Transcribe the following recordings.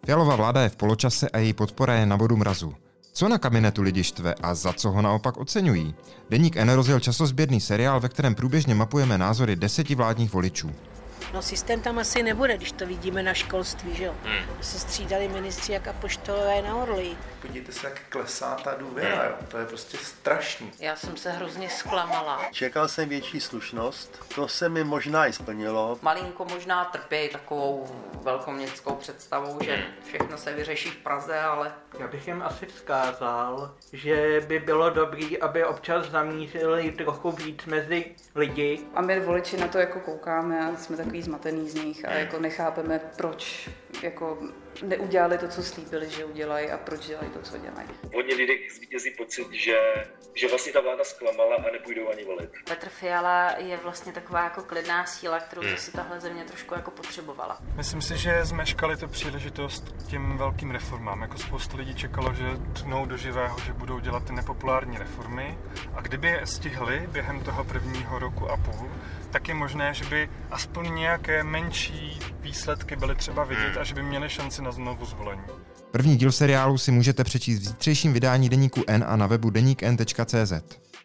Fialova vláda je v poločase a její podpora je na bodu mrazu. Co na kabinetu lidi štve a za co ho naopak oceňují? Deník N rozjel časozběrný seriál, ve kterém průběžně mapujeme názory 10 vládních voličů. No systém tam asi nebude, když to vidíme na školství, že jo? Se střídali ministři jak apoštolové na orlí. Podívejte se, jak klesá ta důvěra, jo? To je prostě strašný. Já jsem se hrozně zklamala. Čekal jsem větší slušnost, to se mi možná i splnilo. Malinko možná trpějí takovou velkoměstskou představou, že všechno se vyřeší v Praze, ale... Já bych jim asi vzkázal, že by bylo dobré, aby občas zamířili trochu víc mezi lidi. A my voliči na to jako koukáme a jsme takový zmatený z nich a jako nechápeme, proč jako neudělali to, co slíbili, že udělají a proč dělají to, co dělají. Hodně lidí zvítězí pocit, že vlastně ta vláda zklamala a nepůjdou ani volit. Petr Fiala je vlastně taková jako klidná síla, kterou si tahle země trošku jako potřebovala. Myslím si, že zmeškali tu příležitost k těm velkým reformám. Jako spoustu lidí čekalo, že tnou do živého, že budou dělat ty nepopulární reformy. A kdyby je stihli během toho prvního roku a půl, tak je možné, že by aspoň nějaké menší výsledky byly třeba vidět a že by měli šanci na znovu zvolení. První díl seriálu si můžete přečíst v zítřejším vydání Deníku N a na webu denikn.cz.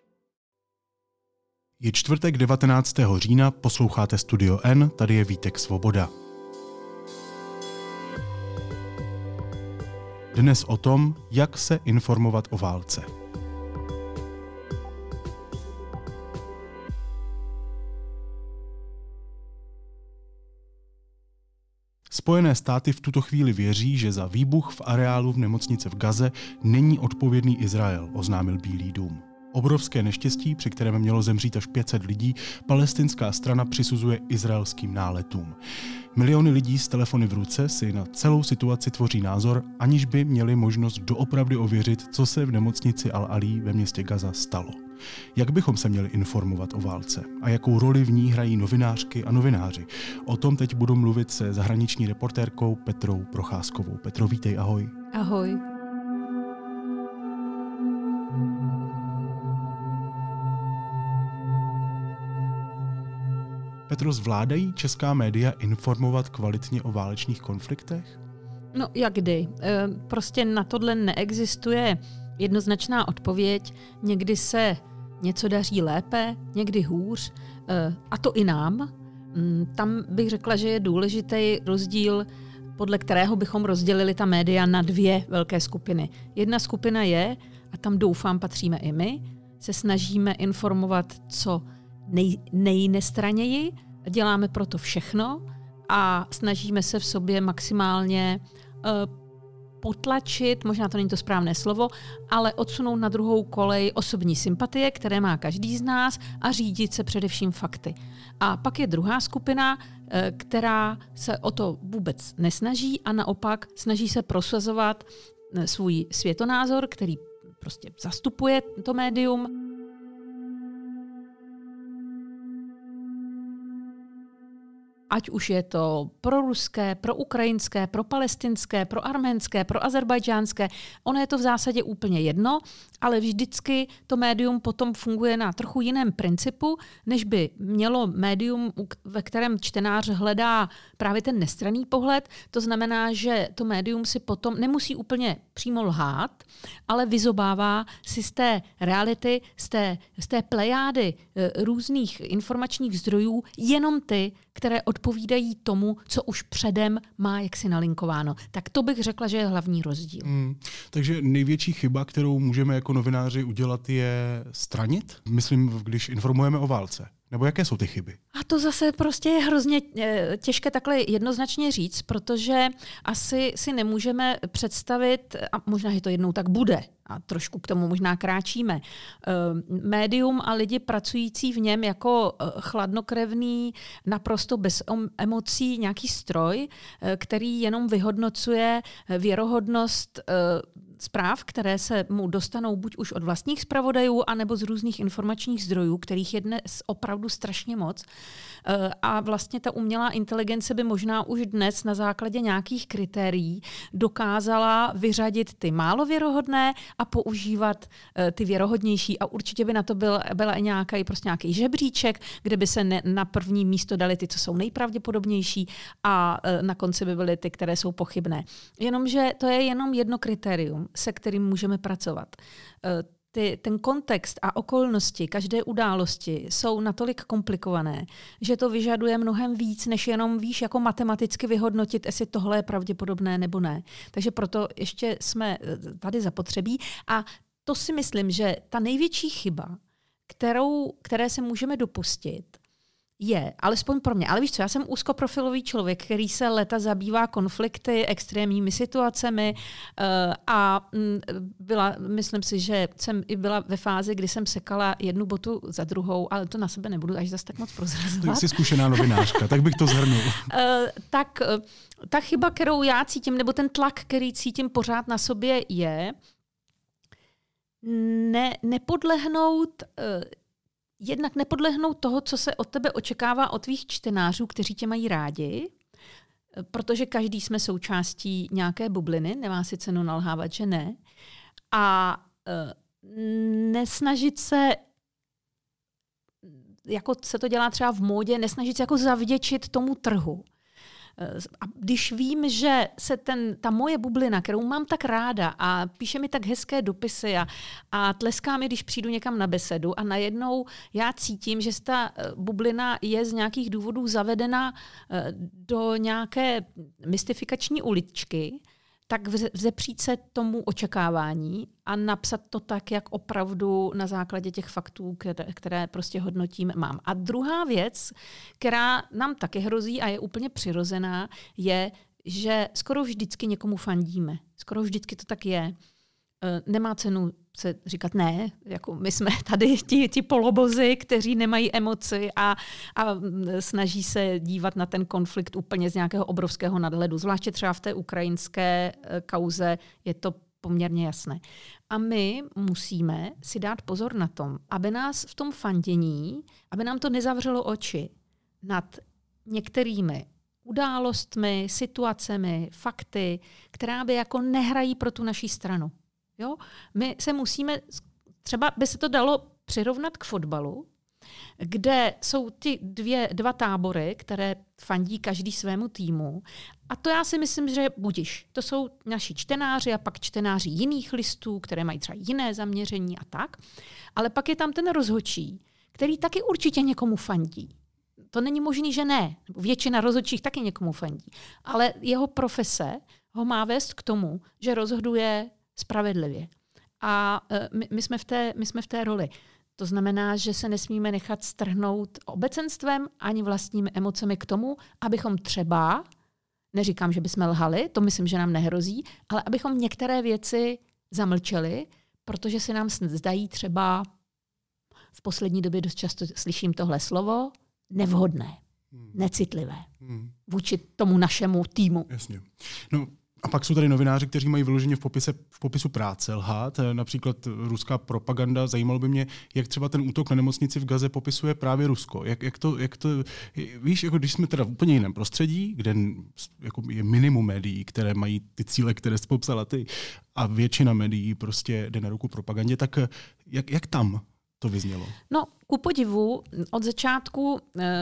Je čtvrtek 19. října, posloucháte Studio N, tady je Vítek Svoboda. Dnes o tom, jak se informovat o válce. Spojené státy v tuto chvíli věří, že za výbuch v areálu v nemocnici v Gaze není odpovědný Izrael, oznámil Bílý dům. Obrovské neštěstí, při kterém mělo zemřít až 500 lidí, palestinská strana přisuzuje izraelským náletům. Miliony lidí s telefony v ruce si na celou situaci tvoří názor, aniž by měli možnost doopravdy ověřit, co se v nemocnici Al-Alí ve městě Gaza stalo. Jak bychom se měli informovat o válce a jakou roli v ní hrají novinářky a novináři? O tom teď budu mluvit se zahraniční reportérkou Petrou Procházkovou. Petro, vítej, ahoj. Ahoj. Petro, zvládají česká média informovat kvalitně o válečných konfliktech? No jak kdy? Prostě na tohle neexistuje jednoznačná odpověď. Někdy se něco daří lépe, někdy hůř, a to i nám. Tam bych řekla, že je důležitý rozdíl, podle kterého bychom rozdělili ta média na dvě velké skupiny. Jedna skupina je, a tam doufám patříme i my, se snažíme informovat co nejnestraněji, děláme proto všechno a snažíme se v sobě maximálně potlačit, možná to není to správné slovo, ale odsunout na druhou kolej osobní sympatie, které má každý z nás, a řídit se především fakty. A pak je druhá skupina, která se o to vůbec nesnaží a naopak snaží se prosazovat svůj světonázor, který prostě zastupuje to médium. Ať už je to proruské, proukrajinské, propalestinské, proarménské, proazerbajdžánské, ono je to v zásadě úplně jedno, ale vždycky to médium potom funguje na trochu jiném principu, než by mělo médium, ve kterém čtenář hledá právě ten nestranný pohled. To znamená, že to médium si potom nemusí úplně přímo lhát, ale vyzobává si z té reality, z té plejády různých informačních zdrojů jenom ty, které odpovídají tomu, co už předem má jaksi nalinkováno. Tak to bych řekla, že je hlavní rozdíl. Takže největší chyba, kterou můžeme jako novináři udělat, je stranit? Myslím, když informujeme o válce. Nebo jaké jsou ty chyby? A to zase prostě je hrozně těžké takhle jednoznačně říct, protože asi si nemůžeme představit, a možná, že to jednou tak bude, a trošku k tomu možná kráčíme, médium a lidi pracující v něm jako chladnokrevný, naprosto bez emocí nějaký stroj, který jenom vyhodnocuje věrohodnost zpráv, které se mu dostanou buď už od vlastních zpravodajů, anebo z různých informačních zdrojů, kterých je dnes opravdu strašně moc. A vlastně ta umělá inteligence by možná už dnes na základě nějakých kritérií dokázala vyřadit ty málo věrohodné a používat ty věrohodnější a určitě by na to byla i nějaký žebříček, kde by se na první místo dali ty, co jsou nejpravděpodobnější a na konci by byly ty, které jsou pochybné. Jenomže to je jenom jedno kritérium, se kterým můžeme pracovat. Ten kontext a okolnosti každé události jsou natolik komplikované, že to vyžaduje mnohem víc, než jenom jako matematicky vyhodnotit, jestli tohle je pravděpodobné nebo ne. Takže proto ještě jsme tady zapotřebí. A to si myslím, že ta největší chyba, které se můžeme dopustit, je, alespoň pro mě, ale víš co, já jsem úzkoprofilový člověk, který se leta zabývá konflikty, extrémními situacemi a myslím si, že jsem i byla ve fázi, kdy jsem sekala jednu botu za druhou, ale to na sebe nebudu až zase tak moc prozrazovat. Ty jsi zkušená novinářka, tak bych to shrnul. Tak ta chyba, kterou já cítím, nebo ten tlak, který cítím pořád na sobě je jednak nepodlehnout toho, co se od tebe očekává od tvých čtenářů, kteří tě mají rádi, protože každý jsme součástí nějaké bubliny, nemá si cenu nalhávat, že ne. A nesnažit se, jako se to dělá třeba v módě, nesnažit se jako zavděčit tomu trhu. A když vím, že se ta moje bublina, kterou mám tak ráda a píše mi tak hezké dopisy a tleská mi, když přijdu někam na besedu a najednou já cítím, že ta bublina je z nějakých důvodů zavedena do nějaké mystifikační uličky, tak vzepřít se tomu očekávání a napsat to tak, jak opravdu na základě těch faktů, které prostě hodnotím, mám. A druhá věc, která nám taky hrozí a je úplně přirozená, je, že skoro vždycky někomu fandíme. Skoro vždycky to tak je. Nemá cenu se říkat ne, jako my jsme tady ti polobozy, kteří nemají emoci a snaží se dívat na ten konflikt úplně z nějakého obrovského nadhledu. Zvláště třeba v té ukrajinské kauze je to poměrně jasné. A my musíme si dát pozor na tom, aby nás v tom fandění, aby nám to nezavřelo oči nad některými událostmi, situacemi, fakty, která by jako nehrají pro tu naší stranu. Jo? My se musíme, třeba by se to dalo přirovnat k fotbalu, kde jsou ty dva tábory, které fandí každý svému týmu. A to já si myslím, že budiš. To jsou naši čtenáři a pak čtenáři jiných listů, které mají třeba jiné zaměření a tak. Ale pak je tam ten rozhodčí, který taky určitě někomu fandí. To není možný, že ne. Většina rozhodčích taky někomu fandí. Ale jeho profese ho má vést k tomu, že rozhoduje spravedlivě. A my jsme v té roli. To znamená, že se nesmíme nechat strhnout obecenstvem ani vlastními emocemi k tomu, abychom třeba, neříkám, že bychom lhali, to myslím, že nám nehrozí, ale abychom některé věci zamlčeli, protože se nám zdají třeba v poslední době dost často slyším tohle slovo, nevhodné, necitlivé vůči tomu našemu týmu. Jasně. No, a pak jsou tady novináři, kteří mají vyloženě v popisu práce lhát. Například ruská propaganda. Zajímalo by mě, jak třeba ten útok na nemocnici v Gaze popisuje právě Rusko. Jak to víš, jako když jsme teda v úplně jiném prostředí, kde jako je minimum médií, které mají ty cíle, které jsi popsala ty, a většina médií prostě jde na ruku propagandě, tak jak tam to vyznělo? No, ku podivu, od začátku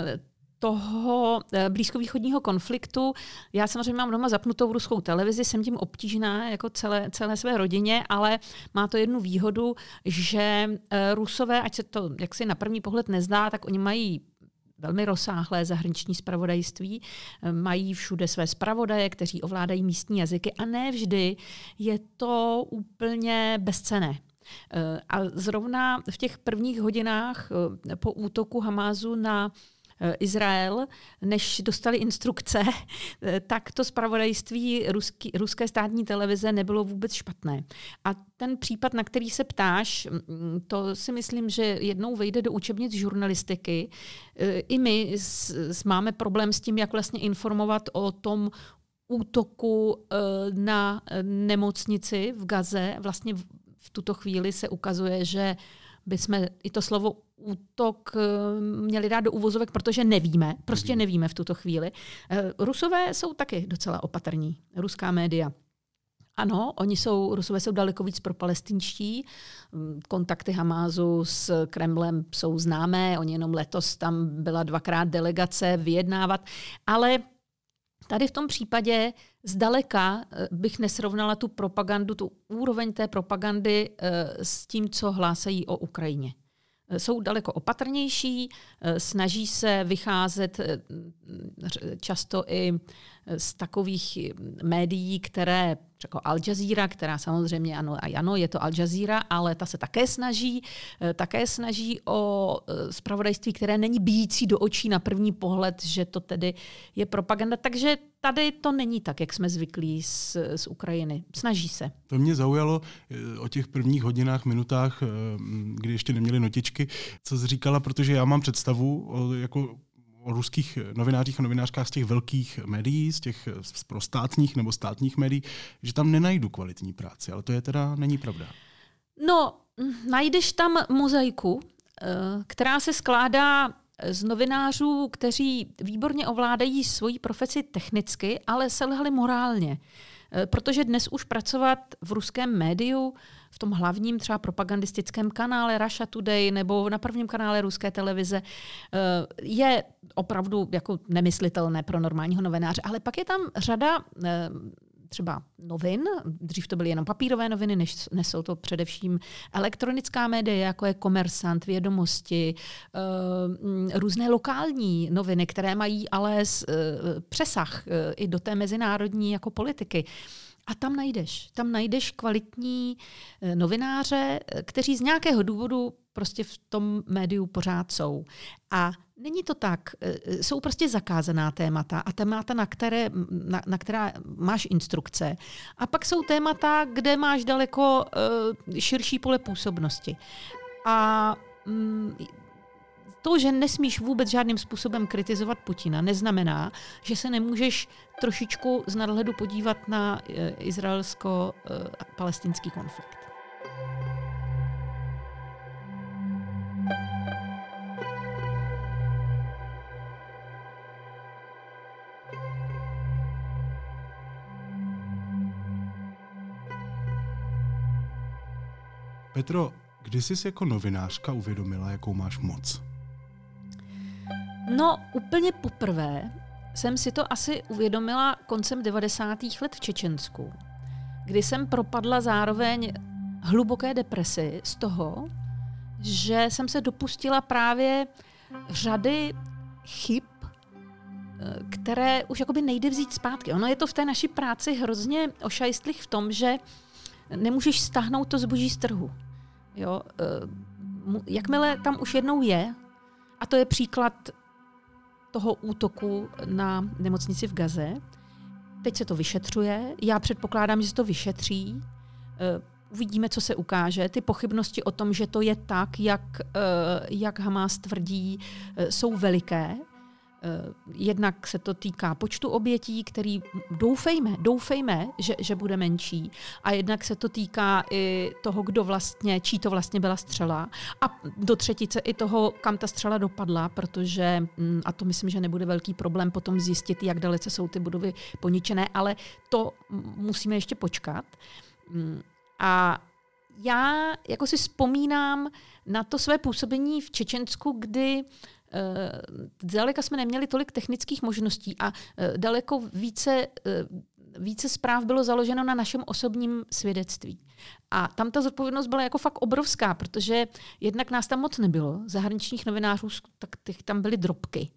toho blízkovýchodního konfliktu. Já samozřejmě mám doma zapnutou ruskou televizi, jsem tím obtížná jako celé své rodině, ale má to jednu výhodu, že Rusové, ať se to jaksi na první pohled nezdá, tak oni mají velmi rozsáhlé zahraniční zpravodajství, mají všude své zpravodaje, kteří ovládají místní jazyky a ne vždy je to úplně bezcenné. A zrovna v těch prvních hodinách po útoku Hamásu na Izrael, než dostali instrukce, tak to zpravodajství ruské státní televize nebylo vůbec špatné. A ten případ, na který se ptáš, to si myslím, že jednou vejde do učebnic žurnalistiky. I my máme problém s tím, jak vlastně informovat o tom útoku na nemocnici v Gaze. Vlastně v tuto chvíli se ukazuje, že bychom i to slovo útok měli dát do uvozovek, protože nevíme, prostě nevíme v tuto chvíli. Rusové jsou taky docela opatrní, ruská média. Ano, Rusové jsou daleko víc propalestinští. Kontakty Hamásu s Kremlem jsou známé, oni jenom letos tam byla 2krát delegace vyjednávat, ale tady v tom případě zdaleka bych nesrovnala tu propagandu, tu úroveň té propagandy s tím, co hlásají o Ukrajině. Jsou daleko opatrnější, snaží se vycházet často i z takových médií, které, jako Al Jazeera, která samozřejmě ano, je to Al Jazeera, ale ta se také snaží o zpravodajství, které není bijící do očí na první pohled, že to tedy je propaganda. Takže tady to není tak, jak jsme zvyklí z Ukrajiny. Snaží se. To mě zaujalo o těch prvních hodinách, minutách, kdy ještě neměli notičky, co jsi říkala, protože já mám představu o ruských novinářích a novinářkách z těch velkých médií, z těch prostátních nebo státních médií, že tam nenajdu kvalitní práci, ale to je teda není pravda. No, najdeš tam mozaiku, která se skládá z novinářů, kteří výborně ovládají svoji profesi technicky, ale selhali morálně. Protože dnes už pracovat v ruském médiu, v tom hlavním třeba propagandistickém kanále Russia Today nebo na prvním kanále ruské televize je opravdu jako nemyslitelné pro normálního novináře. Ale pak je tam řada třeba novin, dřív to byly jenom papírové noviny, dnes jsou to především elektronická média, jako je Komersant, Vědomosti, různé lokální noviny, které mají ale přesah i do té mezinárodní jako politiky. A tam najdeš kvalitní novináře, kteří z nějakého důvodu prostě v tom médiu pořád jsou. A není to tak. Jsou prostě zakázaná témata a témata, na která máš instrukce. A pak jsou témata, kde máš daleko širší pole působnosti. A to, že nesmíš vůbec žádným způsobem kritizovat Putina, neznamená, že se nemůžeš trošičku z nadhledu podívat na izraelsko-palestinský konflikt. Petro, kdy jsi si jako novinářka uvědomila, jakou máš moc? No, úplně poprvé jsem si to asi uvědomila koncem 90. let v Čečensku, kdy jsem propadla zároveň hluboké depresi z toho, že jsem se dopustila právě řady chyb, které už jakoby nejde vzít zpátky. Ono je to v té naší práci hrozně ošajstlých v tom, že nemůžeš stáhnout to zboží z trhu. Jo? Jakmile tam už jednou je, a to je příklad toho útoku na nemocnici v Gaze. Teď se to vyšetřuje. Já předpokládám, že se to vyšetří. Uvidíme, co se ukáže. Ty pochybnosti o tom, že to je tak, jak Hamás tvrdí, jsou veliké. Jednak se to týká počtu obětí, který doufejme, že bude menší. A jednak se to týká i toho, čí to vlastně byla střela. A do třetice i toho, kam ta střela dopadla, protože, a to myslím, že nebude velký problém potom zjistit, jak dalece jsou ty budovy poničené, ale to musíme ještě počkat. A já jako si vzpomínám na to své působení v Čečensku, kdy daleka jsme neměli tolik technických možností a daleko více zpráv bylo založeno na našem osobním svědectví. A tam ta zodpovědnost byla jako fakt obrovská, protože jednak nás tam moc nebylo, zahraničních novinářů, tak těch tam byly drobky.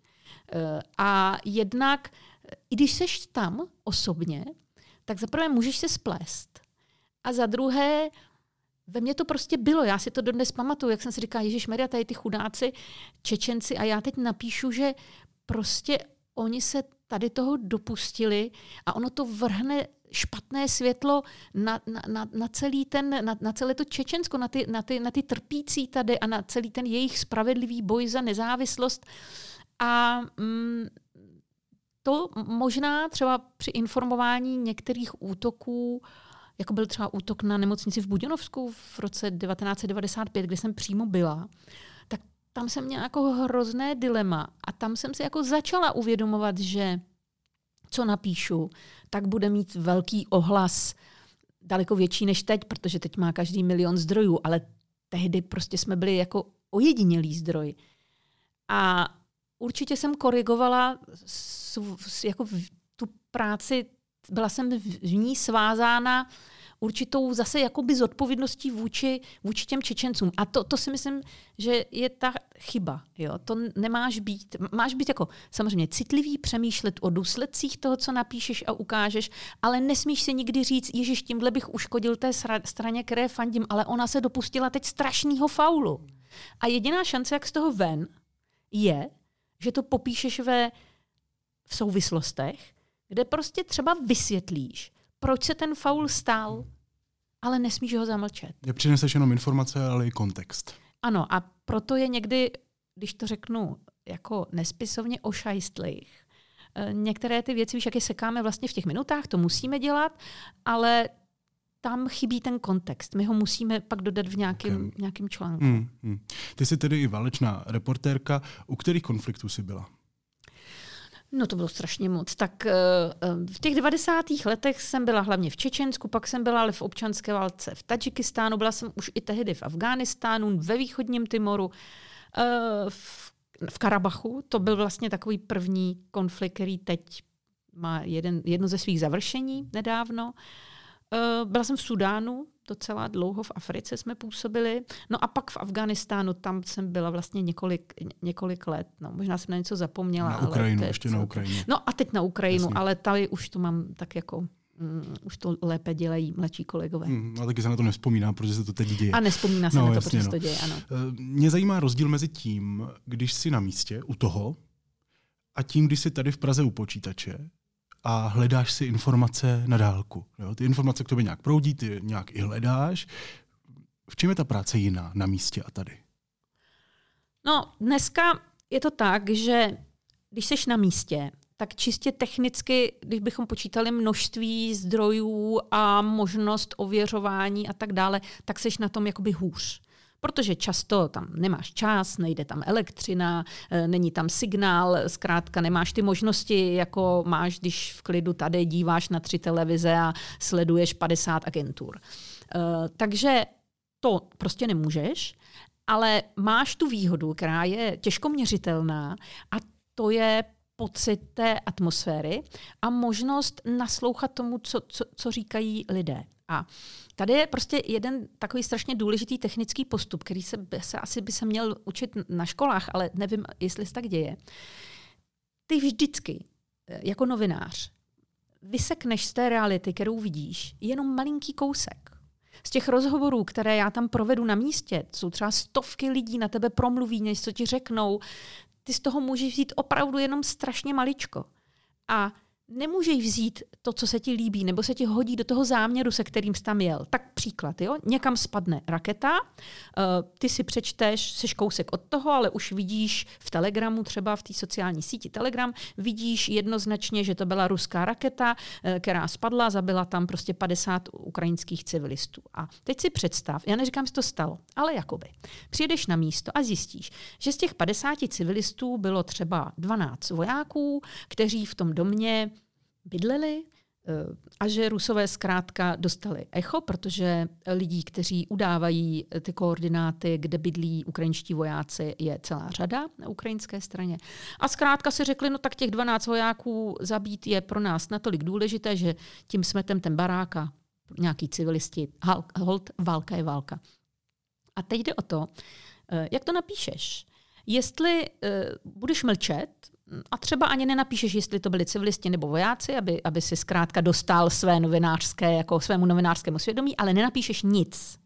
A jednak, i když seš tam osobně, tak zaprvé můžeš se splést. A za druhé, ve mně to prostě bylo. Já si to dodnes pamatuju, jak jsem si říkala, ježišmarja, tady ty chudáci, Čečenci, a já teď napíšu, že prostě oni se tady toho dopustili a ono to vrhne špatné světlo na celé to Čečensko, na ty trpící tady a na celý ten jejich spravedlivý boj za nezávislost. A to možná třeba při informování některých útoků, jako byl třeba útok na nemocnici v Buděnovsku v roce 1995, kde jsem přímo byla, tak tam jsem měla jako hrozné dilema a tam jsem si jako začala uvědomovat, že co napíšu, tak bude mít velký ohlas daleko větší než teď, protože teď má každý milion zdrojů, ale tehdy prostě jsme byli jako ojedinělý zdroj. A určitě jsem korigovala jako tu práci, byla jsem v ní svázána určitou zase jakoby zodpovědností vůči těm Čečencům. A to si myslím, že je ta chyba. Jo? To nemáš být. Máš být jako samozřejmě citlivý, přemýšlet o důsledcích toho, co napíšeš a ukážeš, ale nesmíš si nikdy říct, ježiš, tímhle bych uškodil té straně, které fandím, ale ona se dopustila teď strašnýho faulu. A jediná šance, jak z toho ven, je, že to popíšeš v souvislostech, kde prostě třeba vysvětlíš, proč se ten faul stál, ale nesmíš ho zamlčet. Nepřineseš jenom informace, ale i kontext. Ano, a proto je někdy, když to řeknu jako nespisovně ošajstlých, některé ty věci, víš, jak je sekáme vlastně v těch minutách, to musíme dělat, ale tam chybí ten kontext. My ho musíme pak dodat v nějakém článku. Ty jsi tedy i válečná reportérka. U kterých konfliktů jsi byla? No to bylo strašně moc. Tak v těch 90. letech jsem byla hlavně v Čečensku, pak jsem byla ale v občanské válce v Tadžikistánu, byla jsem už i tehdy v Afghánistánu, ve východním Timoru, v Karabachu. To byl vlastně takový první konflikt, který teď má jedno ze svých završení nedávno. Byla jsem v Sudánu, docela dlouho v Africe jsme působili. No a pak v Afghánistánu, tam jsem byla vlastně několik let. No, možná jsem na něco zapomněla. Na Ukrajinu, ještě na Ukrajině. No a teď na Ukrajinu, jasně. Ale tady už to mám tak jako, už to lépe dělají mladší kolegové. A taky se na to nevzpomíná, protože se to teď děje. A nevzpomíná se na to, protože se to děje, ano. Mě zajímá rozdíl mezi tím, když jsi na místě u toho a tím, když jsi tady v Praze u počítače a hledáš si informace na dálku. Jo? Ty informace k tobě nějak proudí, ty nějak i hledáš. V čem je ta práce jiná na místě a tady? No, dneska je to tak, že když seš na místě, tak čistě technicky, když bychom počítali množství zdrojů a možnost ověřování a tak dále, tak seš na tom jakoby hůř. Protože často tam nemáš čas, nejde tam elektřina, není tam signál, zkrátka nemáš ty možnosti, jako máš, když v klidu tady díváš na 3 televize a sleduješ 50 agentur. Takže to prostě nemůžeš, ale máš tu výhodu, která je těžko měřitelná, a to je pocit té atmosféry a možnost naslouchat tomu, co říkají lidé. A tady je prostě jeden takový strašně důležitý technický postup, který se asi by se měl učit na školách, ale nevím, jestli se tak děje. Ty vždycky, jako novinář, vysekneš z té reality, kterou vidíš, jenom malinký kousek. Z těch rozhovorů, které já tam provedu na místě, jsou třeba stovky lidí na tebe promluví, něco ti řeknou, ty z toho můžeš vzít opravdu jenom strašně maličko. A nemůžeš vzít to, co se ti líbí, nebo se ti hodí do toho záměru, se kterým jsi tam jel. Tak příklad, jo? Někam spadne raketa, ty si přečteš, seš kousek od toho, ale už vidíš v Telegramu, třeba v té sociální síti Telegram, vidíš jednoznačně, že to byla ruská raketa, která spadla, zabila tam prostě 50 ukrajinských civilistů. A teď si představ, já neříkám, že to stalo, ale jakoby. Přijedeš na místo a zjistíš, že z těch 50 civilistů bylo třeba 12 vojáků, kteří v tom domě bydleli, a že Rusové zkrátka dostali echo, protože lidí, kteří udávají ty koordináty, kde bydlí ukrajinští vojáci, je celá řada na ukrajinské straně. A zkrátka si řekli, no tak těch 12 vojáků zabít je pro nás natolik důležité, že tím smetem ten barák a nějaký civilisti, holt, válka je válka. A teď jde o to, jak to napíšeš. Jestli budeš mlčet, a třeba ani nenapíšeš, jestli to byli civilisti nebo vojáci, aby si zkrátka dostal svému novinářskému svědomí, ale nenapíšeš nic.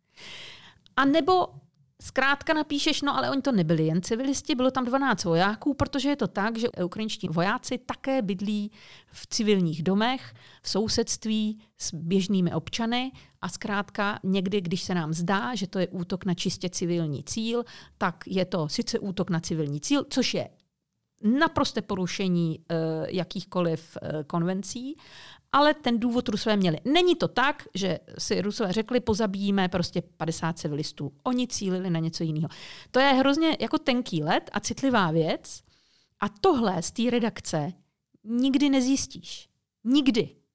A nebo zkrátka napíšeš, no ale oni to nebyli jen civilisti, bylo tam 12 vojáků, protože je to tak, že ukrajinští vojáci také bydlí v civilních domech, v sousedství s běžnými občany a zkrátka někdy, když se nám zdá, že to je útok na čistě civilní cíl, tak je to sice útok na civilní cíl, což je naprosté porušení jakýchkoliv konvencí, ale ten důvod Rusové měli. Není to tak, že si Rusové řekli, pozabíjíme prostě 50 civilistů. Oni cílili na něco jiného. To je hrozně jako tenký led a citlivá věc a tohle z té redakce nikdy nezjistíš. Nikdy.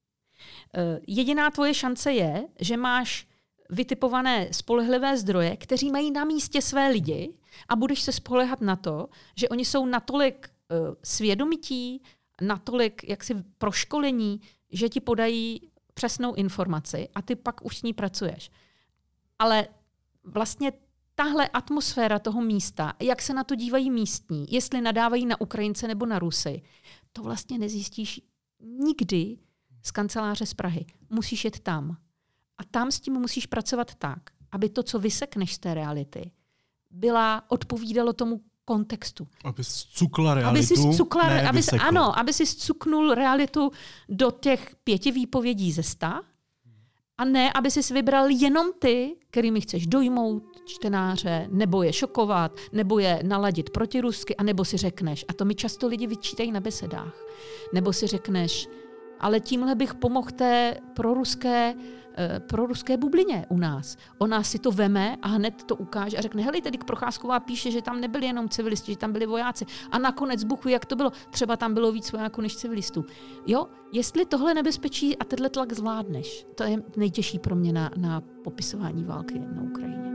Jediná tvoje šance je, že máš vytipované spolehlivé zdroje, kteří mají na místě své lidi a budeš se spoléhat na to, že oni jsou natolik svědomití, natolik jaksi proškolení, že ti podají přesnou informaci a ty pak už s ní pracuješ. Ale vlastně tahle atmosféra toho místa, jak se na to dívají místní, jestli nadávají na Ukrajince nebo na Rusy, to vlastně nezjistíš nikdy z kanceláře z Prahy. Musíš jet tam. A tam s tím musíš pracovat tak, aby to, co vysekneš z té reality, odpovídalo tomu kontextu. Aby zcukla realitu, aby si zcuknul realitu do těch 5 výpovědí ze 100 a ne, aby si vybral jenom ty, kterými chceš dojmout čtenáře, nebo je šokovat, nebo je naladit protirusky, anebo si řekneš, a to mi často lidi vyčítají na besedách, nebo si řekneš, ale tímhle bych pomohl té proruské bublině u nás. Ona si to veme a hned to ukáže a řekne, hele, tady Procházková píše, že tam nebyli jenom civilisti, že tam byli vojáci. A nakonec Bůh ví, jak to bylo. Třeba tam bylo víc vojáků než civilistů. Jo, jestli tohle nebezpečí a tenhle tlak zvládneš, to je nejtěžší pro mě na popisování války na Ukrajině.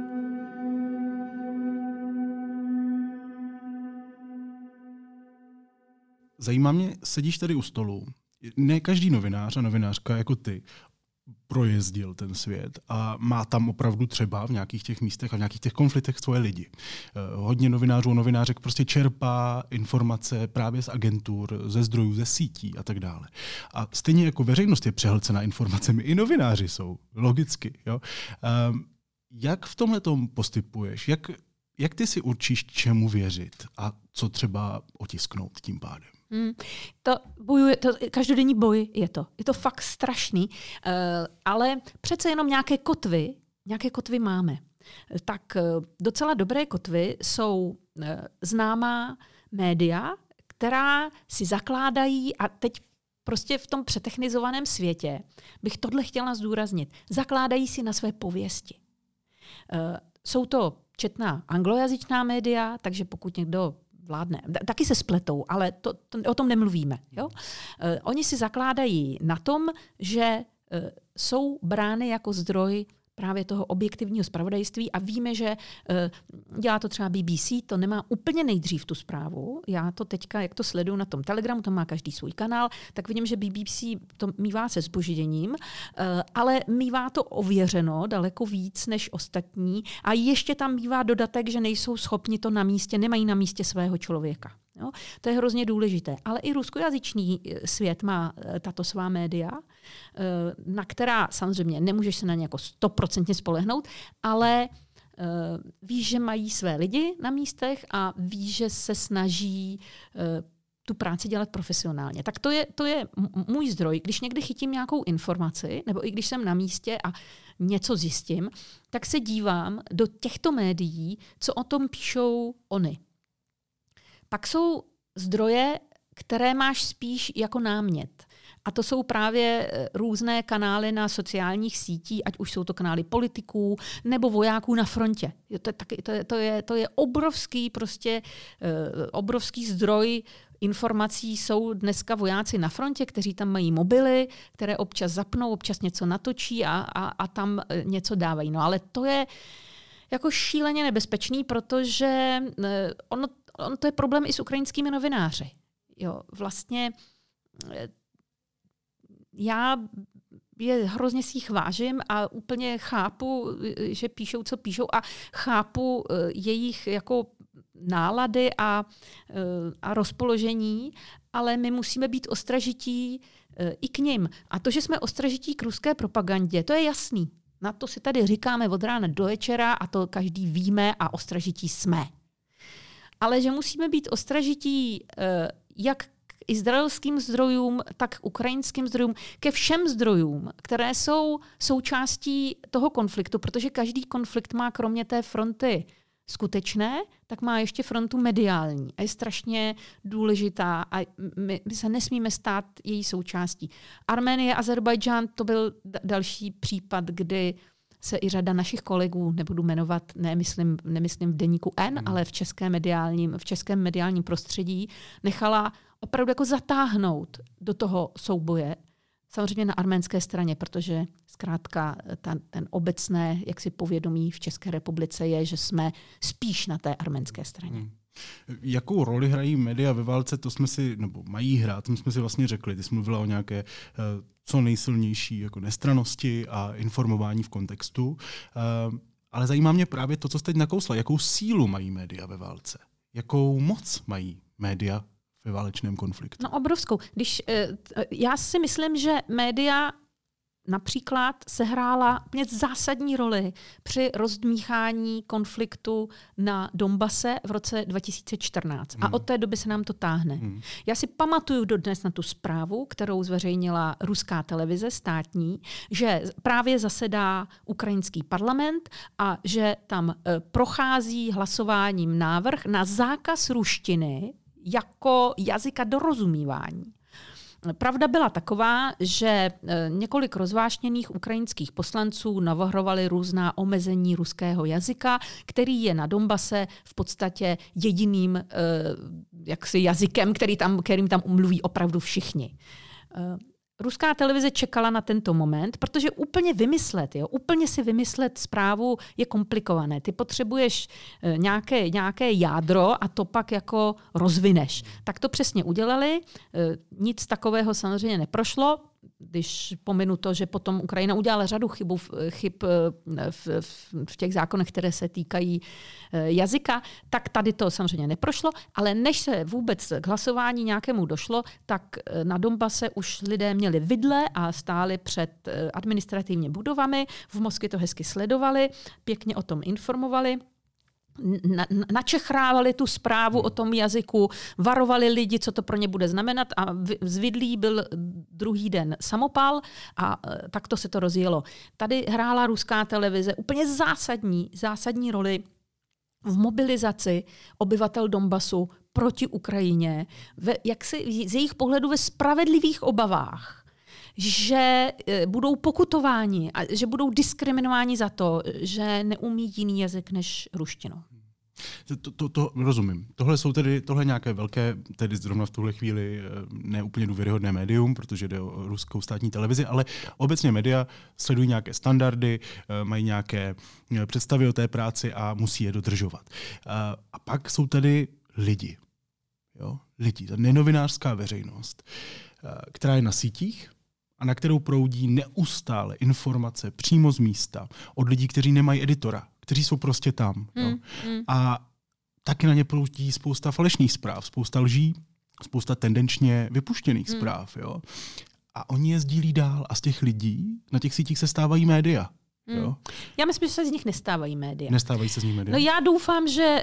Zajímá mě, sedíš tady u stolu, ne každý novinář a novinářka jako ty projezdil ten svět a má tam opravdu třeba v nějakých těch místech a v nějakých těch konfliktech svoje lidi. Hodně novinářů a novinářek prostě čerpá informace právě z agentur, ze zdrojů, ze sítí a tak dále. A stejně jako veřejnost je přehlcena informacemi, i novináři jsou, logicky. Jo? Jak v tomhletom postupuješ? Jak ty si určíš, čemu věřit a co třeba otisknout tím pádem? To každodenní boj je to. Je to fakt strašný, ale přece jenom nějaké kotvy máme. Tak docela dobré kotvy jsou známá média, která si zakládají, a teď prostě v tom přetechnizovaném světě bych tohle chtěla zdůraznit, zakládají si na své pověsti. Jsou to četná anglojazyčná média, takže pokud někdo vládne. Taky se spletou, ale o tom nemluvíme. Jo? Oni si zakládají na tom, že jsou brány jako zdroj právě toho objektivního zpravodajství a víme, že dělá to třeba BBC, to nemá úplně nejdřív tu zprávu. Já to teďka, jak to sleduju na tom Telegramu, to má každý svůj kanál, tak vidím, že BBC to mívá se zbožděním, ale mívá to ověřeno daleko víc než ostatní a ještě tam mívá dodatek, že nejsou schopni to na místě, nemají na místě svého člověka. Jo? To je hrozně důležité. Ale i ruskojazyčný svět má tato svá média, na která samozřejmě nemůžeš se na ně jako 100% spolehnout, ale víš, že mají své lidi na místech a víš, že se snaží tu práci dělat profesionálně. Tak to je můj zdroj. Když někdy chytím nějakou informaci, nebo i když jsem na místě a něco zjistím, tak se dívám do těchto médií, co o tom píšou oni. Pak jsou zdroje, které máš spíš jako námět. A to jsou právě různé kanály na sociálních sítích, ať už jsou to kanály politiků nebo vojáků na frontě. To je obrovský, obrovský zdroj informací. Jsou dneska vojáci na frontě, kteří tam mají mobily, které občas zapnou, občas něco natočí a tam něco dávají. No ale to je jako šíleně nebezpečný, protože ono to je problém i s ukrajinskými novináři. Jo, vlastně já je hrozně si jich vážím a úplně chápu, že píšou, co píšou a chápu jejich jako nálady a rozpoložení, ale my musíme být ostražití i k nim. A to, že jsme ostražití k ruské propagandě, to je jasný. Na to si tady říkáme od rána do večera a to každý víme a ostražití jsme. Ale že musíme být ostražití jak k izraelským zdrojům, tak k ukrajinským zdrojům, ke všem zdrojům, které jsou součástí toho konfliktu, protože každý konflikt má kromě té fronty skutečné, tak má ještě frontu mediální a je strašně důležitá a my se nesmíme stát její součástí. Arménie, Azerbajdžán, to byl další případ, kdy se i řada našich kolegů, nebudu jmenovat, nemyslím v deníku N, ale v českém mediálním prostředí, nechala opravdu jako zatáhnout do toho souboje samozřejmě na arménské straně, protože zkrátka ten obecné jaksi povědomí v České republice je, že jsme spíš na té arménské straně. Jakou roli hrají média ve válce, to jsme si, nebo mají hrát, to jsme si vlastně řekli. Ty jsi mluvila o nějaké co nejsilnější jako nestrannosti a informování v kontextu. Ale zajímá mě právě to, co jste teď nakousla. Jakou sílu mají média ve válce? Jakou moc mají média ve válečném konfliktu? No obrovskou. Já si myslím, že média například sehrála úplně zásadní roli při rozdmíchání konfliktu na Donbase v roce 2014. A od té doby se nám to táhne. Já si pamatuju dodnes na tu zprávu, kterou zveřejnila ruská televize státní, že právě zasedá ukrajinský parlament a že tam prochází hlasováním návrh na zákaz ruštiny jako jazyka dorozumívání. Pravda byla taková, že několik rozvášněných ukrajinských poslanců navrhovali různá omezení ruského jazyka, který je na Donbase v podstatě jediným jazykem, kterým tam mluví opravdu všichni. Ruská televize čekala na tento moment, protože úplně si vymyslet zprávu je komplikované. Ty potřebuješ nějaké jádro a to pak jako rozvineš. Tak to přesně udělali, nic takového samozřejmě neprošlo, když pominu to, že potom Ukrajina udělala řadu chyb v těch zákonech, které se týkají jazyka, tak tady to samozřejmě neprošlo, ale než se vůbec k hlasování nějakému došlo, tak na Donbase už lidé měli vidle a stáli před administrativními budovami, v Moskvě to hezky sledovali, pěkně o tom informovali, načechrávali tu zprávu o tom jazyku, varovali lidi, co to pro ně bude znamenat a z vidlí byl druhý den samopal a takto se to rozjelo. Tady hrála ruská televize úplně zásadní roli v mobilizaci obyvatel Donbasu proti Ukrajině, z jejich pohledu ve spravedlivých obavách, že budou pokutováni a že budou diskriminováni za to, že neumí jiný jazyk než ruštinu. To rozumím. Tohle nějaké velké, tedy zrovna v tuhle chvíli neúplně důvěryhodné médium, protože jde o ruskou státní televizi, ale obecně média sledují nějaké standardy, mají nějaké představy o té práci a musí je dodržovat. A pak jsou tady lidi. Lidi, ta nenovinářská veřejnost, která je na sítích, a na kterou proudí neustále informace přímo z místa od lidí, kteří nemají editora, kteří jsou prostě tam. A taky na ně proudí spousta falešných zpráv, spousta lží, spousta tendenčně vypuštěných zpráv. Jo? A oni je sdílí dál a z těch lidí na těch sítích se stávají média. Jo? Já myslím, že se z nich nestávají média. Nestávají se z nich média? No já doufám, že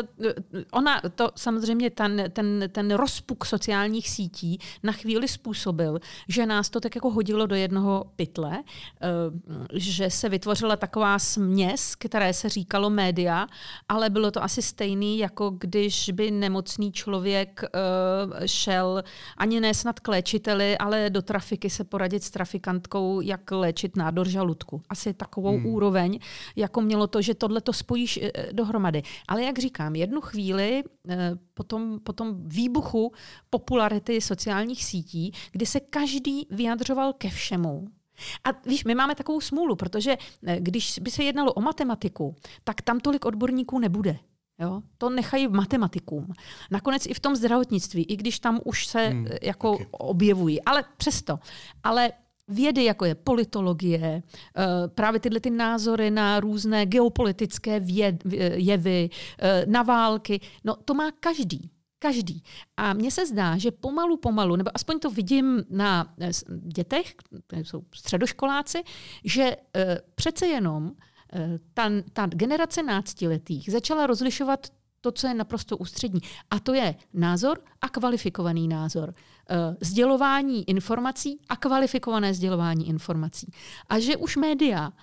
samozřejmě ten rozpuk sociálních sítí na chvíli způsobil, že nás to tak jako hodilo do jednoho pytle, že se vytvořila taková směs, které se říkalo média, ale bylo to asi stejný, jako když by nemocný člověk šel ani ne snad k léčiteli, ale do trafiky se poradit s trafikantkou, jak léčit nádor žaludku. Asi takovou úroveň, jako mělo to, že tohle to spojíš dohromady. Ale jak říkám, jednu chvíli po tom výbuchu popularity sociálních sítí, kdy se každý vyjadřoval ke všemu. A víš, my máme takovou smůlu, protože když by se jednalo o matematiku, tak tam tolik odborníků nebude. Jo? To nechají matematikům. Nakonec i v tom zdravotnictví, i když tam už se objevují. Ale přesto. Ale vědy, jako je politologie, právě tyhle ty názory na různé geopolitické jevy, na války, no to má každý. A mně se zdá, že pomalu, nebo aspoň to vidím na dětech, které jsou středoškoláci, že přece jenom ta generace náctiletých začala rozlišovat to, co je naprosto ústřední. A to je názor a kvalifikovaný názor. Sdělování informací a kvalifikované sdělování informací. A že už média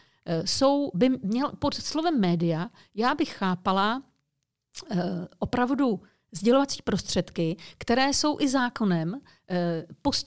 pod slovem média, já bych chápala opravdu sdělovací prostředky, které jsou i zákonem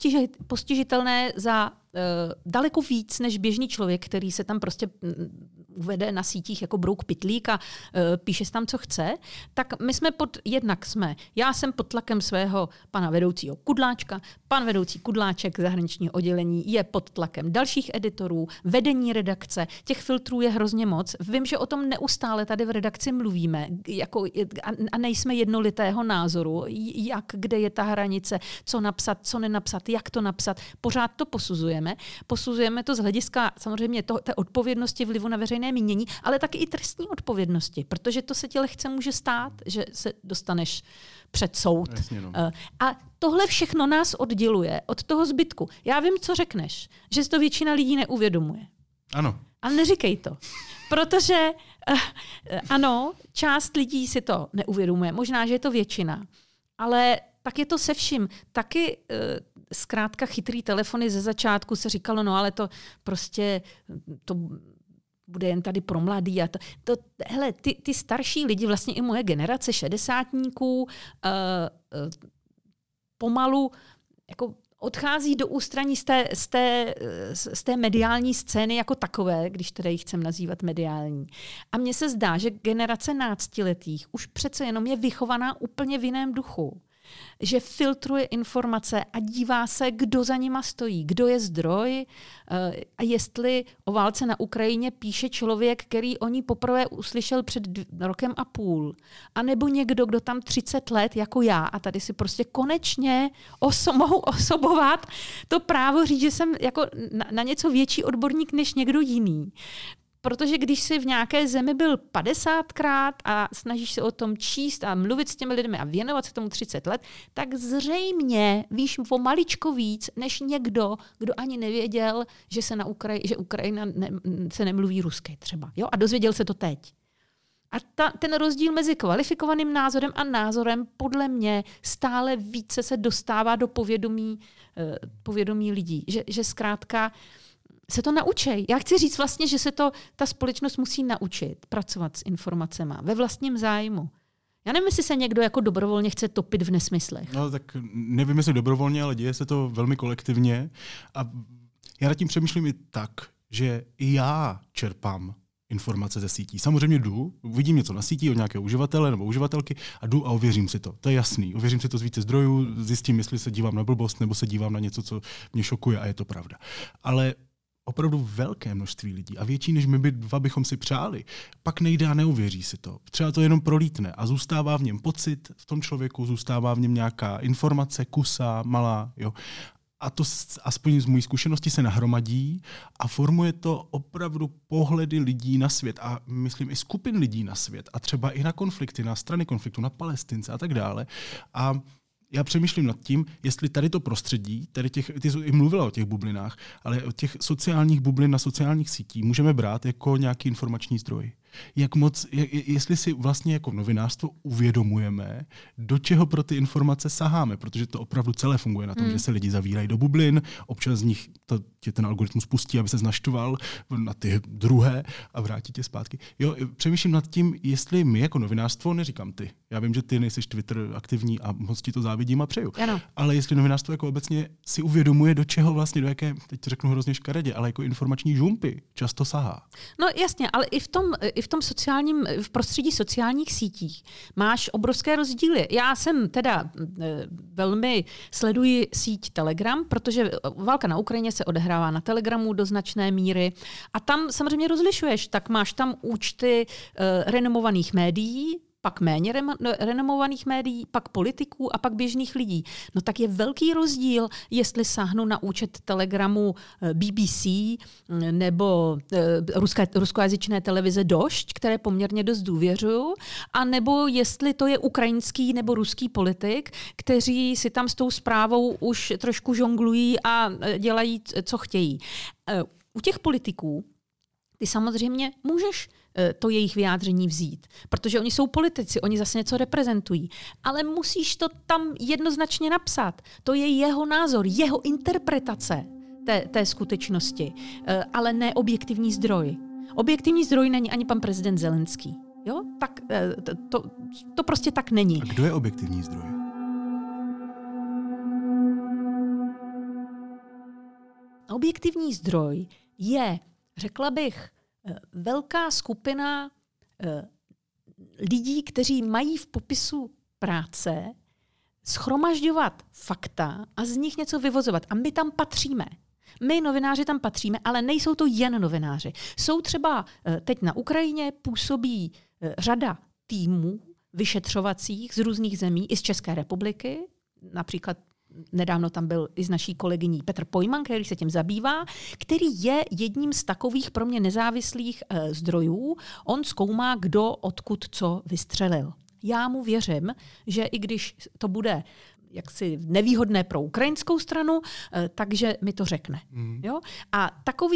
postižitelné za daleko víc než běžný člověk, který se tam prostě uvede na sítích jako brouk pytlík a píše si tam, co chce, tak my jsme já jsem pod tlakem svého pana vedoucího Kudláčka, pan vedoucí Kudláček zahraničního oddělení je pod tlakem dalších editorů, vedení redakce, těch filtrů je hrozně moc. Vím, že o tom neustále tady v redakci mluvíme a nejsme jednolitého názoru, kde je ta hranice, co napsat, co nenapsat, jak to napsat. Pořád to posuzujeme. Posuzujeme to z hlediska samozřejmě té odpovědnosti vlivu na veřejné mínění, ale taky i trestní odpovědnosti, protože to se ti lehce může stát, že se dostaneš před soud. Jasně, no. A tohle všechno nás odděluje od toho zbytku. Já vím, co řekneš, že si to většina lidí neuvědomuje. Ano. Ale neříkej to. Protože ano, část lidí si to neuvědomuje. Možná, že je to většina. Ale tak je to se vším. Taky zkrátka chytrý telefony ze začátku se říkalo, no ale to prostě to bude jen tady pro mladý. A hele, ty starší lidi, vlastně i moje generace šedesátníků, pomalu jako odchází do ústraní z té mediální scény jako takové, když tedy ji chcem nazývat mediální. A mně se zdá, že generace náctiletých už přece jenom je vychovaná úplně v jiném duchu. Že filtruje informace a dívá se, kdo za nima stojí, kdo je zdroj a jestli o válce na Ukrajině píše člověk, který o ní poprvé uslyšel před 1,5 roku, anebo někdo, kdo tam 30 let jako já a tady si prostě konečně mohu osobovat to právo říct, že jsem jako na něco větší odborník než někdo jiný. Protože když jsi v nějaké zemi byl 50krát a snažíš se o tom číst a mluvit s těmi lidmi a věnovat se tomu 30 let, tak zřejmě víš o maličko víc, než někdo, kdo ani nevěděl, že se že Ukrajina se nemluví rusky třeba. Jo? A dozvěděl se to teď. A ten rozdíl mezi kvalifikovaným názorem a názorem podle mě stále více se dostává do povědomí lidí. Že zkrátka se to naučí. Já chci říct vlastně, že se ta společnost musí naučit pracovat s informacemi ve vlastním zájmu. Já nevím, jestli se někdo jako dobrovolně chce topit v nesmyslech. No tak nevím, jestli dobrovolně, ale děje se to velmi kolektivně. A já nad tím přemýšlím i tak, že i já čerpám informace ze sítí. Samozřejmě vidím něco na síti od nějakého uživatele nebo uživatelky a jdu a ověřím si to. To je jasný. Ověřím si to z více zdrojů, zjistím, jestli se dívám na blbost nebo se dívám na něco, co mě šokuje a je to pravda. Ale opravdu velké množství lidí a větší, než my dva bychom si přáli, pak nejde a neuvěří si to. Třeba to jenom prolítne a zůstává v něm pocit, v tom člověku zůstává v něm nějaká informace, kusá, malá. Jo. A to aspoň z mojí zkušenosti se nahromadí a formuje to opravdu pohledy lidí na svět a myslím i skupin lidí na svět a třeba i na konflikty, na strany konfliktu, na Palestince a tak dále. A já přemýšlím nad tím, jestli tady to prostředí, ty jsi i mluvila o těch bublinách, ale o těch sociálních bublin na sociálních sítích můžeme brát jako nějaký informační zdroj. Jestli si vlastně jako novinářstvo uvědomujeme, do čeho pro ty informace saháme, protože to opravdu celé funguje na tom, že se lidi zavírají do bublin, občas z nich tě ten algoritmus pustí, aby se znaštval na ty druhé a vrátí tě zpátky. Jo, přemýšlím nad tím, jestli my jako novinářstvo, neříkám ty, já vím, že ty nejsi Twitter aktivní a moc ti to závidím a přeju, ale jestli novinářstvo jako obecně si uvědomuje, do čeho vlastně, do jaké, teď to řeknu hrozně škaredě, ale jako informační žumpy často sahá. No jasně, ale v prostředí sociálních sítích máš obrovské rozdíly. Já jsem teda velmi sleduji síť Telegram, protože válka na Ukrajině se odehrává na Telegramu do značné míry a tam samozřejmě rozlišuješ, tak máš tam účty renomovaných médií, pak méně renomovaných médií, pak politiků a pak běžných lidí. No tak je velký rozdíl, jestli sáhnu na účet Telegramu BBC nebo ruskojazyčné televize Došť, které poměrně dost důvěřuju, a nebo jestli to je ukrajinský nebo ruský politik, kteří si tam s tou zprávou už trošku žonglují a dělají, co chtějí. U těch politiků ty samozřejmě můžeš to jejich vyjádření vzít, protože oni jsou politici, oni zase něco reprezentují. Ale musíš to tam jednoznačně napsat. To je jeho názor, jeho interpretace té skutečnosti, ale ne objektivní zdroj. Objektivní zdroj není ani pan prezident Zelenský. Jo? Tak to prostě tak není. A kdo je objektivní zdroj? Objektivní zdroj je, řekla bych, velká skupina lidí, kteří mají v popisu práce shromažďovat fakta a z nich něco vyvozovat. A my tam patříme. My, novináři, tam patříme, ale nejsou to jen novináři. Jsou třeba teď na Ukrajině působí řada týmů vyšetřovacích z různých zemí, i z České republiky. Například nedávno tam byl i z naší kolegyní Petr Pojman, který se tím zabývá, který je jedním z takových pro mě nezávislých zdrojů. On zkoumá, kdo odkud co vystřelil. Já mu věřím, že i když to bude jaksi nevýhodné pro ukrajinskou stranu, takže mi to řekne. Jo? A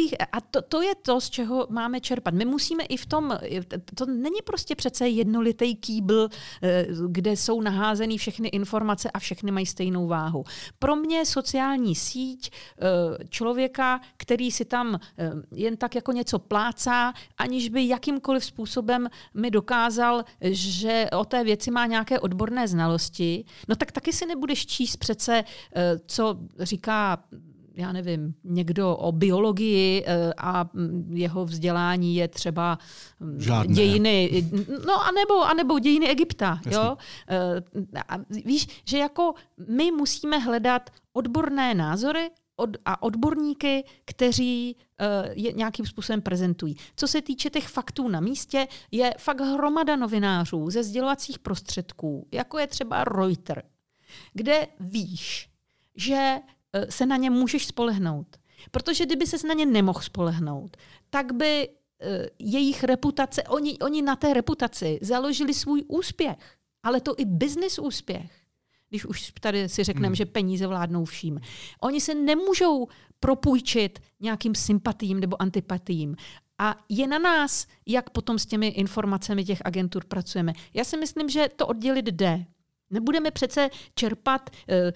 to je to, z čeho máme čerpat. My musíme i v tom, to není prostě přece jednolitý kýbl, kde jsou naházený všechny informace a všechny mají stejnou váhu. Pro mě sociální síť člověka, který si tam jen tak jako něco plácá, aniž by jakýmkoliv způsobem mi dokázal, že o té věci má nějaké odborné znalosti, no tak taky si nebudeš číst přece, co říká, já nevím, někdo o biologii a jeho vzdělání je třeba žádné. Dějiny, no anebo dějiny Egypta. Jo? A víš, že jako my musíme hledat odborné názory a odborníky, kteří je nějakým způsobem prezentují. Co se týče těch faktů na místě, je fakt hromada novinářů ze sdělovacích prostředků, jako je třeba Reuters, kde víš, že se na ně můžeš spolehnout. Protože kdyby ses na ně nemohl spolehnout, tak by jejich reputace, oni na té reputaci založili svůj úspěch, ale to i business úspěch. Když už tady si řekneme, že peníze vládnou vším. Oni se nemůžou propůjčit nějakým sympatím nebo antipatím. A je na nás, jak potom s těmi informacemi těch agentur pracujeme. Já si myslím, že to oddělit jde. Nebudeme přece čerpat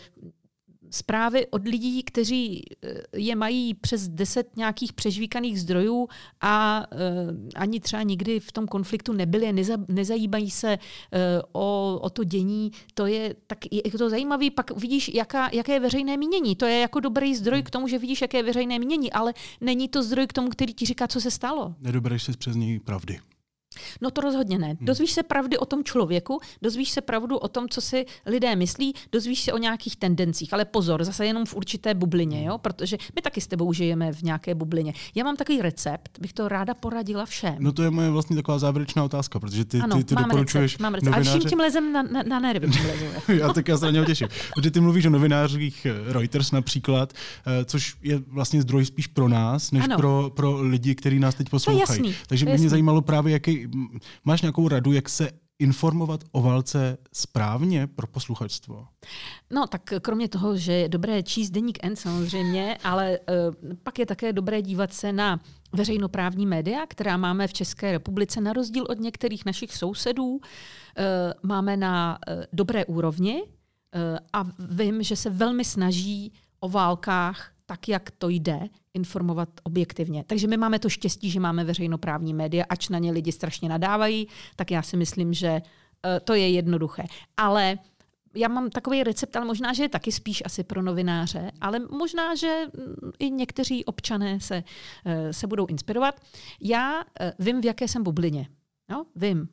zprávy od lidí, kteří je mají přes 10 nějakých přežvíkaných zdrojů a ani třeba nikdy v tom konfliktu nebyli, nezajímají se o to dění. To je to zajímavé, pak vidíš, jaké je veřejné mínění. To je jako dobrý zdroj k tomu, že vidíš, jaké je veřejné mínění, ale není to zdroj k tomu, který ti říká, co se stalo. Nedobereš se přes něj pravdy. No to rozhodně ne. Dozvíš se pravdy o tom člověku, dozvíš se pravdu o tom, co si lidé myslí, dozvíš se o nějakých tendencích. Ale pozor, zase jenom v určité bublině, jo? Protože my taky s tebou žijeme v nějaké bublině. Já mám takový recept, bych to ráda poradila všem. No to je moje vlastně taková závěrečná otázka, protože ty doporučuješ mám recept. A vším tím lezem na nervy. Já tak se na něho těším. Protože ty mluvíš o novinářích Reuters například, což je vlastně zdroj spíš pro nás, než pro lidi, kteří nás teď poslouchají. Takže by mě zajímalo právě, máš nějakou radu, jak se informovat o válce správně pro posluchačstvo? No tak kromě toho, že je dobré číst Deník N samozřejmě, ale pak je také dobré dívat se na veřejnoprávní média, která máme v České republice, na rozdíl od některých našich sousedů, máme na dobré úrovni a vím, že se velmi snaží o válkách tak, jak to jde, informovat objektivně. Takže my máme to štěstí, že máme veřejnoprávní média, ač na ně lidi strašně nadávají, tak já si myslím, že to je jednoduché. Ale já mám takový recept, ale možná, že je taky spíš asi pro novináře, ale možná, že i někteří občané se budou inspirovat. Já vím, v jaké jsem bublině. No, vím.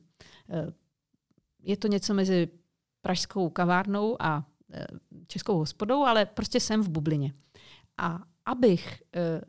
Je to něco mezi pražskou kavárnou a českou hospodou, ale prostě jsem v bublině. A abych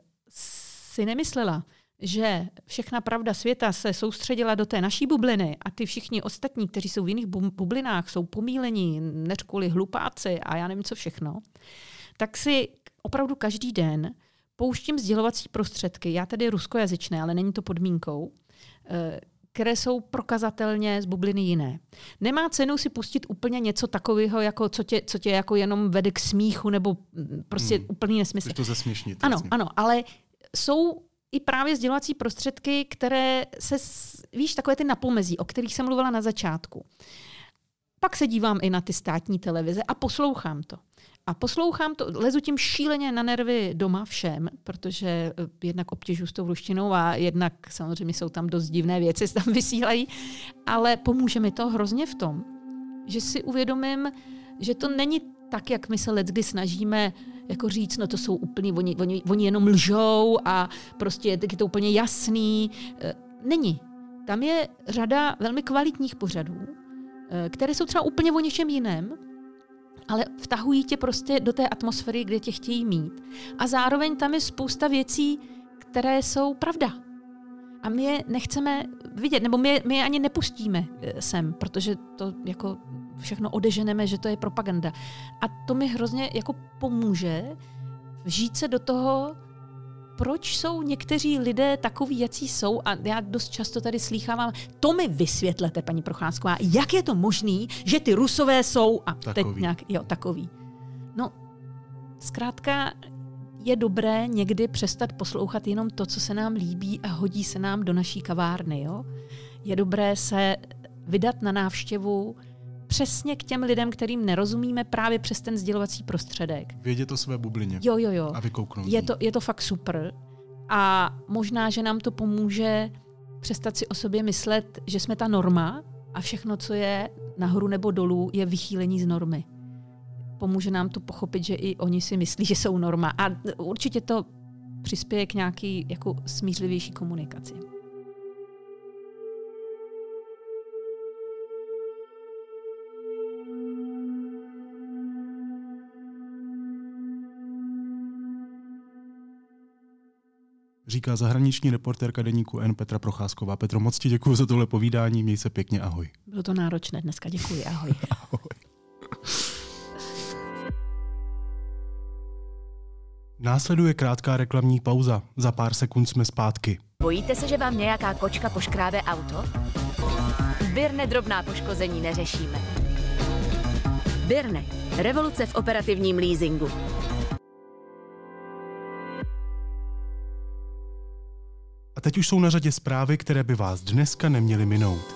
si nemyslela, že všechna pravda světa se soustředila do té naší bubliny a ty všichni ostatní, kteří jsou v jiných bublinách, jsou pomílení, neřkuli hlupáci a já nevím co všechno, tak si opravdu každý den pouštím sdělovací prostředky, já tedy ruskojazyčné, ale není to podmínkou, které jsou prokazatelně z bubliny jiné. Nemá cenu si pustit úplně něco takového, jako co tě jako jenom vede k smíchu nebo prostě úplný nesmysl. To zesměšnit. Ano, ale jsou i právě sdělovací prostředky, které se, víš, takové ty napomezí, o kterých jsem mluvila na začátku. Pak se dívám i na ty státní televize a poslouchám to. Lezu tím šíleně na nervy doma všem, protože jednak obtěžuji s tou ruštinou a jednak samozřejmě jsou tam dost divné věci, se tam vysílají, ale pomůže mi to hrozně v tom, že si uvědomím, že to není tak, jak my se leckdy snažíme jako říct, no to jsou úplně, oni jenom lžou a prostě je to úplně jasný. Není. Tam je řada velmi kvalitních pořadů, které jsou třeba úplně o něčem jiném, ale vtahují tě prostě do té atmosféry, kde tě chtějí mít. A zároveň tam je spousta věcí, které jsou pravda. A my je nechceme vidět, nebo my je ani nepustíme sem, protože to jako všechno odeženeme, že to je propaganda. A to mi hrozně jako pomůže vžít se do toho, proč jsou někteří lidé takoví, jací jsou, a já dost často tady slýchávám, to mi vysvětlete, paní Procházková, jak je to možný, že ty Rusové jsou a takový. teď nějak, takový. No, zkrátka je dobré někdy přestat poslouchat jenom to, co se nám líbí a hodí se nám do naší kavárny. Jo? Je dobré se vydat na návštěvu přesně k těm lidem, kterým nerozumíme právě přes ten sdělovací prostředek. Vědět o své bublině. Jo. A vykouknout. Je to fakt super. A možná, že nám to pomůže přestat si o sobě myslet, že jsme ta norma a všechno, co je nahoru nebo dolů, je vychýlení z normy. Pomůže nám to pochopit, že i oni si myslí, že jsou norma. A určitě to přispěje k nějaký jako smířlivější komunikaci. Říká zahraniční reportérka deníku N Petra Procházková. Petro, moc ti děkuji za tohle povídání, měj se pěkně, ahoj. Bylo to náročné dneska, děkuji, ahoj. Ahoj. Následuje krátká reklamní pauza. Za pár sekund jsme zpátky. Bojíte se, že vám nějaká kočka poškrábe auto? Birne drobná poškození neřešíme. Birne. Revoluce v operativním leasingu. A teď už jsou na řadě zprávy, které by vás dneska neměly minout.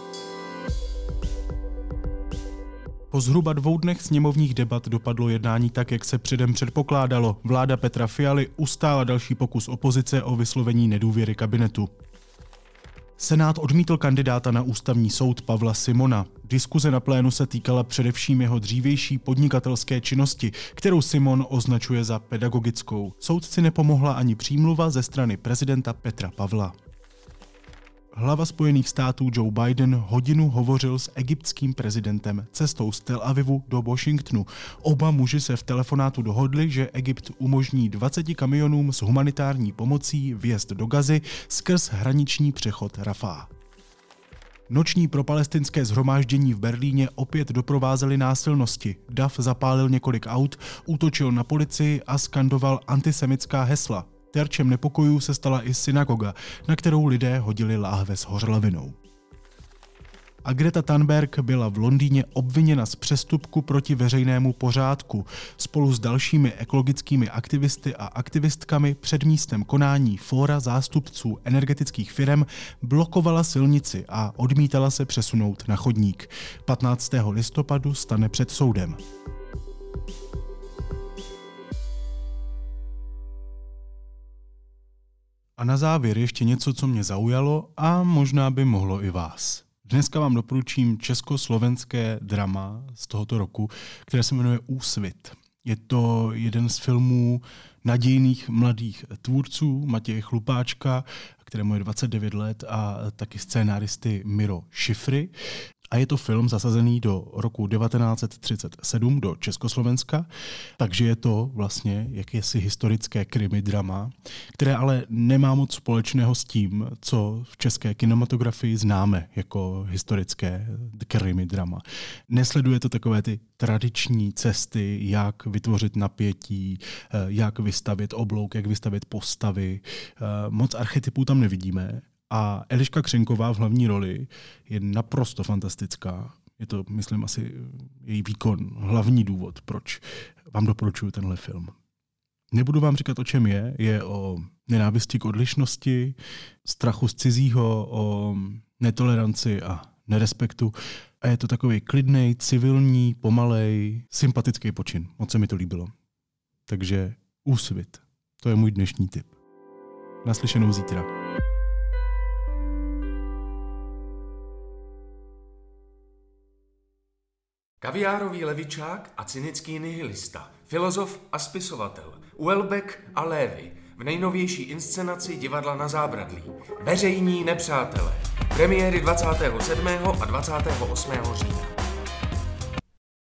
Po zhruba 2 dnech sněmovních debat dopadlo jednání tak, jak se předem předpokládalo. Vláda Petra Fialy ustála další pokus opozice o vyslovení nedůvěry kabinetu. Senát odmítl kandidáta na ústavní soud Pavla Simona. Diskuze na plénu se týkala především jeho dřívější podnikatelské činnosti, kterou Simon označuje za pedagogickou. Soudci nepomohla ani přímluva ze strany prezidenta Petra Pavla. Hlava Spojených států Joe Biden hodinu hovořil s egyptským prezidentem cestou z Tel Avivu do Washingtonu. Oba muži se v telefonátu dohodli, že Egypt umožní 20 kamionům s humanitární pomocí vjezd do Gazy skrz hraniční přechod Rafah. Noční propalestinské shromáždění v Berlíně opět doprovázely násilnosti. Dav zapálil několik aut, útočil na policii a skandoval antisemitská hesla. Terčem nepokojů se stala i synagoga, na kterou lidé hodili láhve s hořlavinou. A Greta Thunberg byla v Londýně obviněna z přestupku proti veřejnému pořádku. Spolu s dalšími ekologickými aktivisty a aktivistkami před místem konání fóra zástupců energetických firem blokovala silnici a odmítala se přesunout na chodník. 15. listopadu stane před soudem. A na závěr ještě něco, co mě zaujalo a možná by mohlo i vás. Dneska vám doporučím československé drama z tohoto roku, které se jmenuje Úsvit. Je to jeden z filmů nadějných mladých tvůrců Matěje Chlupáčka, kterému je 29 let, a taky scénáristy Miro Šifry. A je to film zasazený do roku 1937 do Československa, takže je to vlastně jakési historické krimi drama, které ale nemá moc společného s tím, co v české kinematografii známe jako historické krimi drama. Nesleduje to takové ty tradiční cesty, jak vytvořit napětí, jak vystavět oblouk, jak vystavět postavy. Moc archetypů tam nevidíme. A Eliška Křenková v hlavní roli je naprosto fantastická. Je to, myslím, asi její výkon, hlavní důvod, proč vám doporučuji tenhle film. Nebudu vám říkat, o čem je o nenávisti k odlišnosti, strachu z cizího, o netoleranci a nerespektu. A je to takový klidnej, civilní, pomalej, sympatický počin. Moc se mi to líbilo. Takže Úsvit. To je můj dnešní tip. Naslyšenou zítra. Kaviárový levičák a cynický nihilista, filozof a spisovatel, Houellebecq a Lévy v nejnovější inscenaci Divadla na zábradlí. Veřejní nepřátelé. Premiéry 27. a 28. října.